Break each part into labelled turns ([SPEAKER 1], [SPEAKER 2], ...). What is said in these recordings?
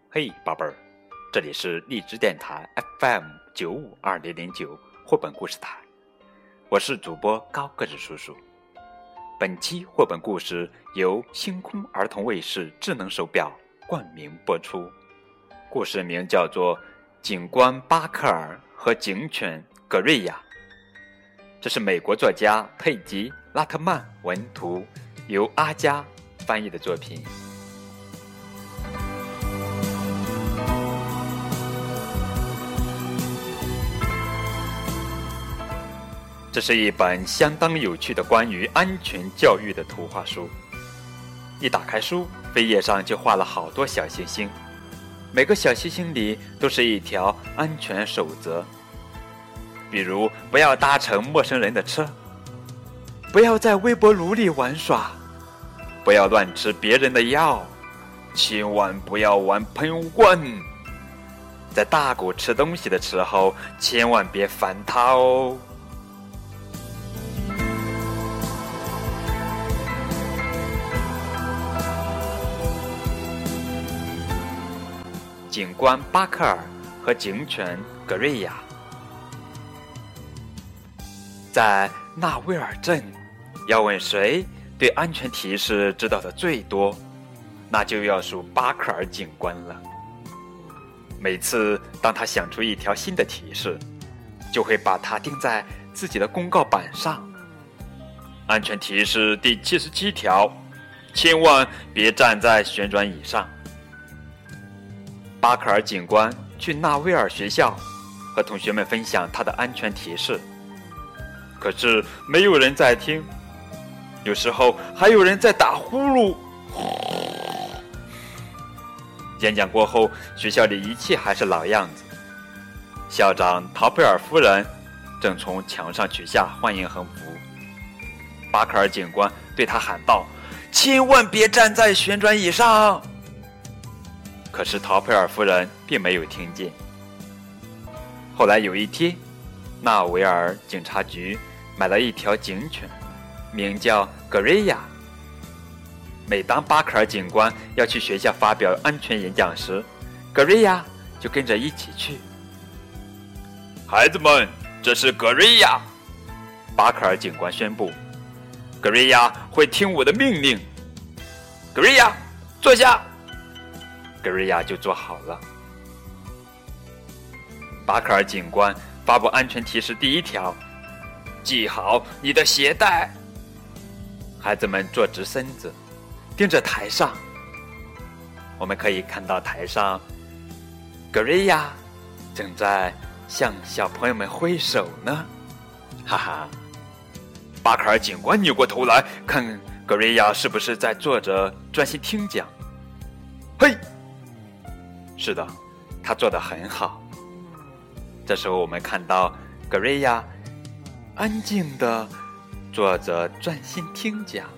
[SPEAKER 1] 嘿，宝贝儿，这里是荔枝电台 FM95209绘本故事台，我是主播高个子叔叔。本期绘本故事由星空儿童卫视智能手表冠名播出，故事名叫做《警官巴克尔和警犬格瑞亚》，这是美国作家佩吉·拉特曼文图，由阿佳翻译的作品。这是一本相当有趣的关于安全教育的图画书。一打开书，扉页上就画了好多小星星，每个小星星里都是一条安全守则。比如，不要搭乘陌生人的车，不要在微波炉里玩耍，不要乱吃别人的药，千万不要玩喷雾罐，在大狗吃东西的时候，千万别烦它哦。警官巴克尔和警犬格瑞亚。在纳威尔镇，要问谁对安全提示知道的最多，那就要数巴克尔警官了。每次当他想出一条新的提示，就会把它钉在自己的公告板上。安全提示第77条，千万别站在旋转椅上。巴克尔警官去纳威尔学校和同学们分享他的安全提示，可是没有人在听，有时候还有人在打呼噜。演讲过后，学校里一切还是老样子。校长陶佩尔夫人正从墙上取下欢迎横幅。巴克尔警官对他喊道：“千万别站在旋转椅上！”可是陶佩尔夫人并没有听见。后来有一天，纳维尔警察局买了一条警犬，名叫格瑞亚。每当巴克尔警官要去学校发表安全演讲时，格瑞亚就跟着一起去。孩子们，这是格瑞亚，巴克尔警官宣布。格瑞亚会听我的命令。格瑞亚，坐下。格瑞亚就坐好了。巴克尔警官发布安全提示第1条，系好你的鞋带。孩子们坐直身子，盯着台上。我们可以看到台上，格瑞亚正在向小朋友们挥手呢，哈哈。巴克尔警官扭过头来看格瑞亚是不是在坐着专心听讲。嘿，是的，他做得很好。这时候我们看到格瑞亚安静地坐着专心听讲。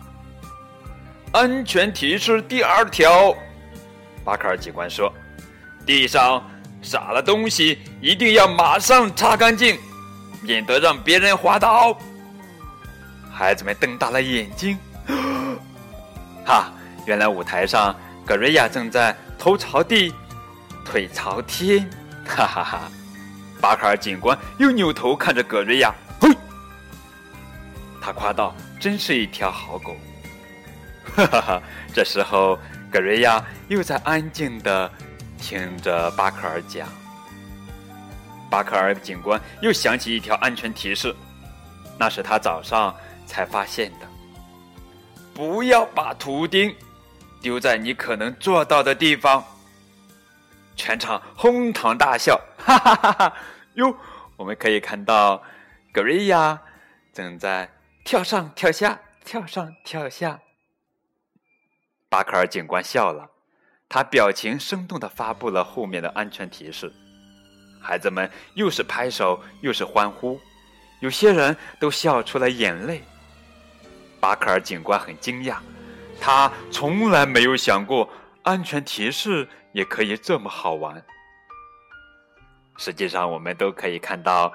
[SPEAKER 1] 安全提示第2条，巴克尔警官说，地上洒了东西一定要马上擦干净，免得让别人滑倒。孩子们瞪大了眼睛，哈，原来舞台上格瑞亚正在头朝地，腿朝天，哈哈哈！巴克尔警官又扭头看着格瑞亚，嘿，他夸道：“真是一条好狗。”哈哈哈！这时候，格瑞亚又在安静地听着巴克尔讲。巴克尔警官又想起一条安全提示，那是他早上才发现的：不要把图钉丢在你可能做到的地方。全场哄堂大笑，哈哈哈哈！哟，我们可以看到格瑞亚正在跳上跳下，跳上跳下。巴克尔警官笑了，他表情生动地发布了后面的安全提示。孩子们又是拍手又是欢呼，有些人都笑出了眼泪。巴克尔警官很惊讶，他从来没有想过安全提示也可以这么好玩。实际上我们都可以看到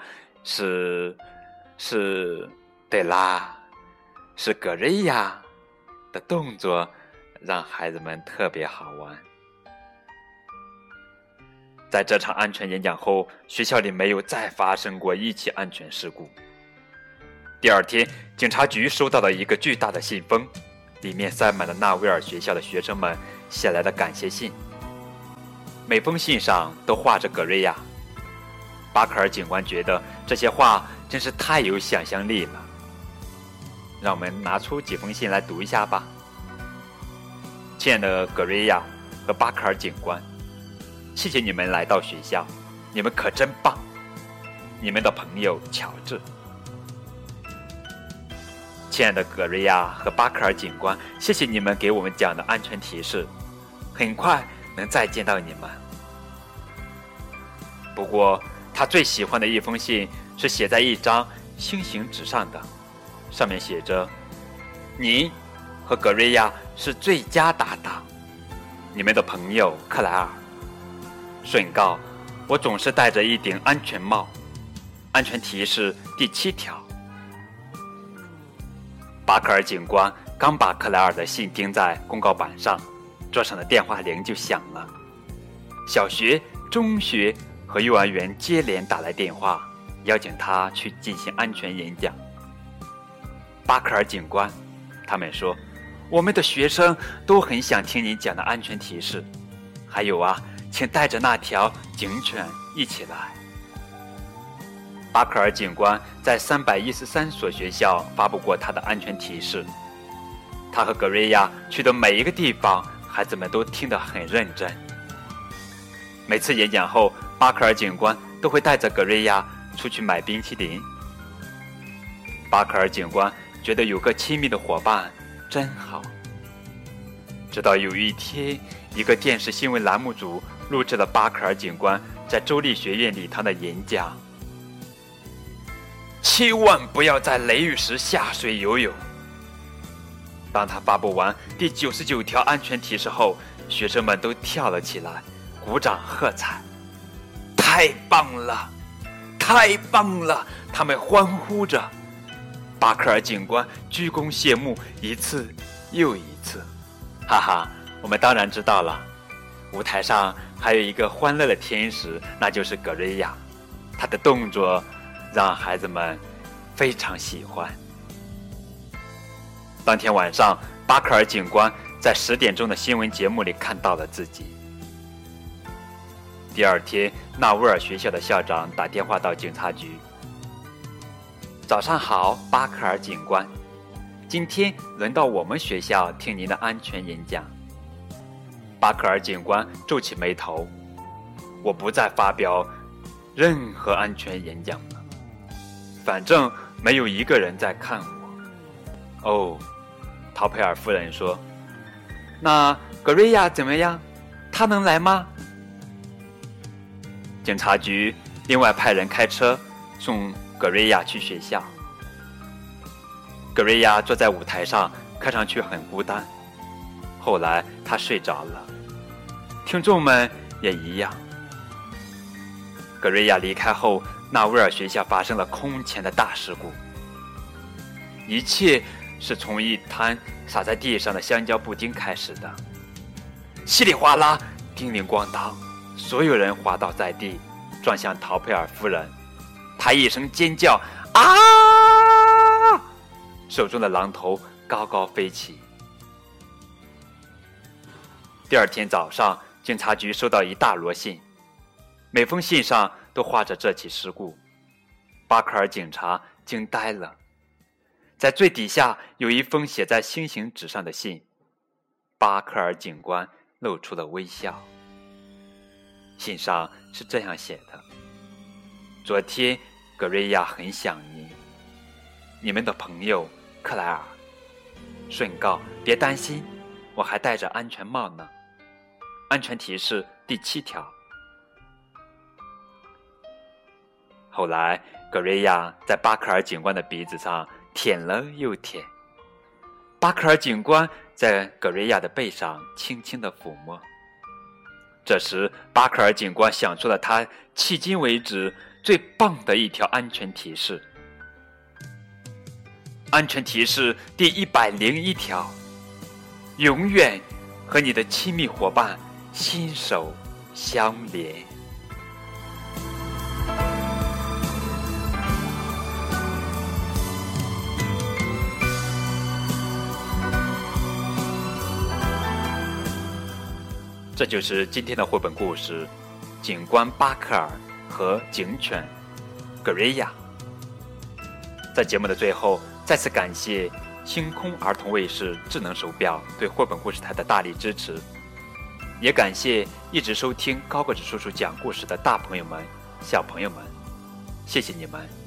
[SPEAKER 1] 对啦，是格瑞亚的动作让孩子们特别好玩。 在这场安全演讲后，学校里没有再发生过一起安全事故。第二天，警察局收到了一个巨大的信封，里面塞满了纳威尔学校的学生们写来的感谢信，每封信上都画着格瑞亚。巴克尔警官觉得这些话真是太有想象力了。让我们拿出几封信来读一下吧。亲爱的格瑞亚和巴克尔警官，谢谢你们来到学校，你们可真棒。你们的朋友乔治。亲爱的格瑞亚和巴克尔警官，谢谢你们给我们讲的安全提示，很快能再见到你们。不过他最喜欢的一封信是写在一张星形纸上的，上面写着：你和格瑞亚是最佳搭档，你们的朋友克莱尔。顺告，我总是戴着一顶安全帽。安全提示第7条。巴克尔警官刚把克莱尔的信钉在公告板上，桌上的电话铃就响了。小学、中学和幼儿园接连打来电话，邀请他去进行安全演讲。巴克尔警官，他们说，我们的学生都很想听你讲的安全提示。还有啊，请带着那条警犬一起来。巴克尔警官在313所学校发布过他的安全提示。他和格瑞亚去的每一个地方，孩子们都听得很认真。每次演讲后，巴克尔警官都会带着格瑞亚出去买冰淇淋。巴克尔警官觉得有个亲密的伙伴真好。直到有一天，一个电视新闻栏目组录制了巴克尔警官在州立学院礼堂的演讲。千万不要在雷雨时下水游泳。当他发布完第99条安全提示后，学生们都跳了起来，鼓掌喝彩。太棒了，太棒了！他们欢呼着。巴克尔警官鞠躬谢幕一次又一次。哈哈，我们当然知道了。舞台上还有一个欢乐的天使，那就是格瑞亚。他的动作让孩子们非常喜欢。当天晚上，巴克尔警官在10点钟的新闻节目里看到了自己。第二天，纳威尔学校的校长打电话到警察局。早上好，巴克尔警官，今天轮到我们学校听您的安全演讲。巴克尔警官皱起眉头，我不再发表任何安全演讲了，反正没有一个人在看我。哦，陶佩尔夫人说，那格瑞亚怎么样？他能来吗？警察局另外派人开车送格瑞亚去学校。格瑞亚坐在舞台上，看上去很孤单。后来他睡着了，听众们也一样。格瑞亚离开后，纳威尔学校发生了空前的大事故。一切是从一滩洒在地上的香蕉布丁开始的。稀里哗啦，叮铃咣当，所有人滑倒在地，撞向陶佩尔夫人。她一声尖叫，啊！手中的榔头高高飞起。第二天早上，警察局收到一大摞信，每封信上都画着这起事故。巴克尔警察惊呆了。在最底下有一封写在星形纸上的信，巴克尔警官露出了微笑。信上是这样写的：昨天格瑞亚很想你们的朋友克莱尔。顺告，别担心，我还戴着安全帽呢。安全提示第7条。后来格瑞亚在巴克尔警官的鼻子上舔了又舔，巴克尔警官在格瑞亚的背上轻轻地抚摸。这时巴克尔警官想出了他迄今为止最棒的一条安全提示。安全提示第101条，永远和你的亲密伙伴心手相连。 这就是今天的绘本故事《警官巴克尔和警犬格瑞亚》。在节目的最后，再次感谢星空儿童卫视智能手表对绘本故事台的大力支持，也感谢一直收听高个子叔叔讲故事的大朋友们、小朋友们，谢谢你们。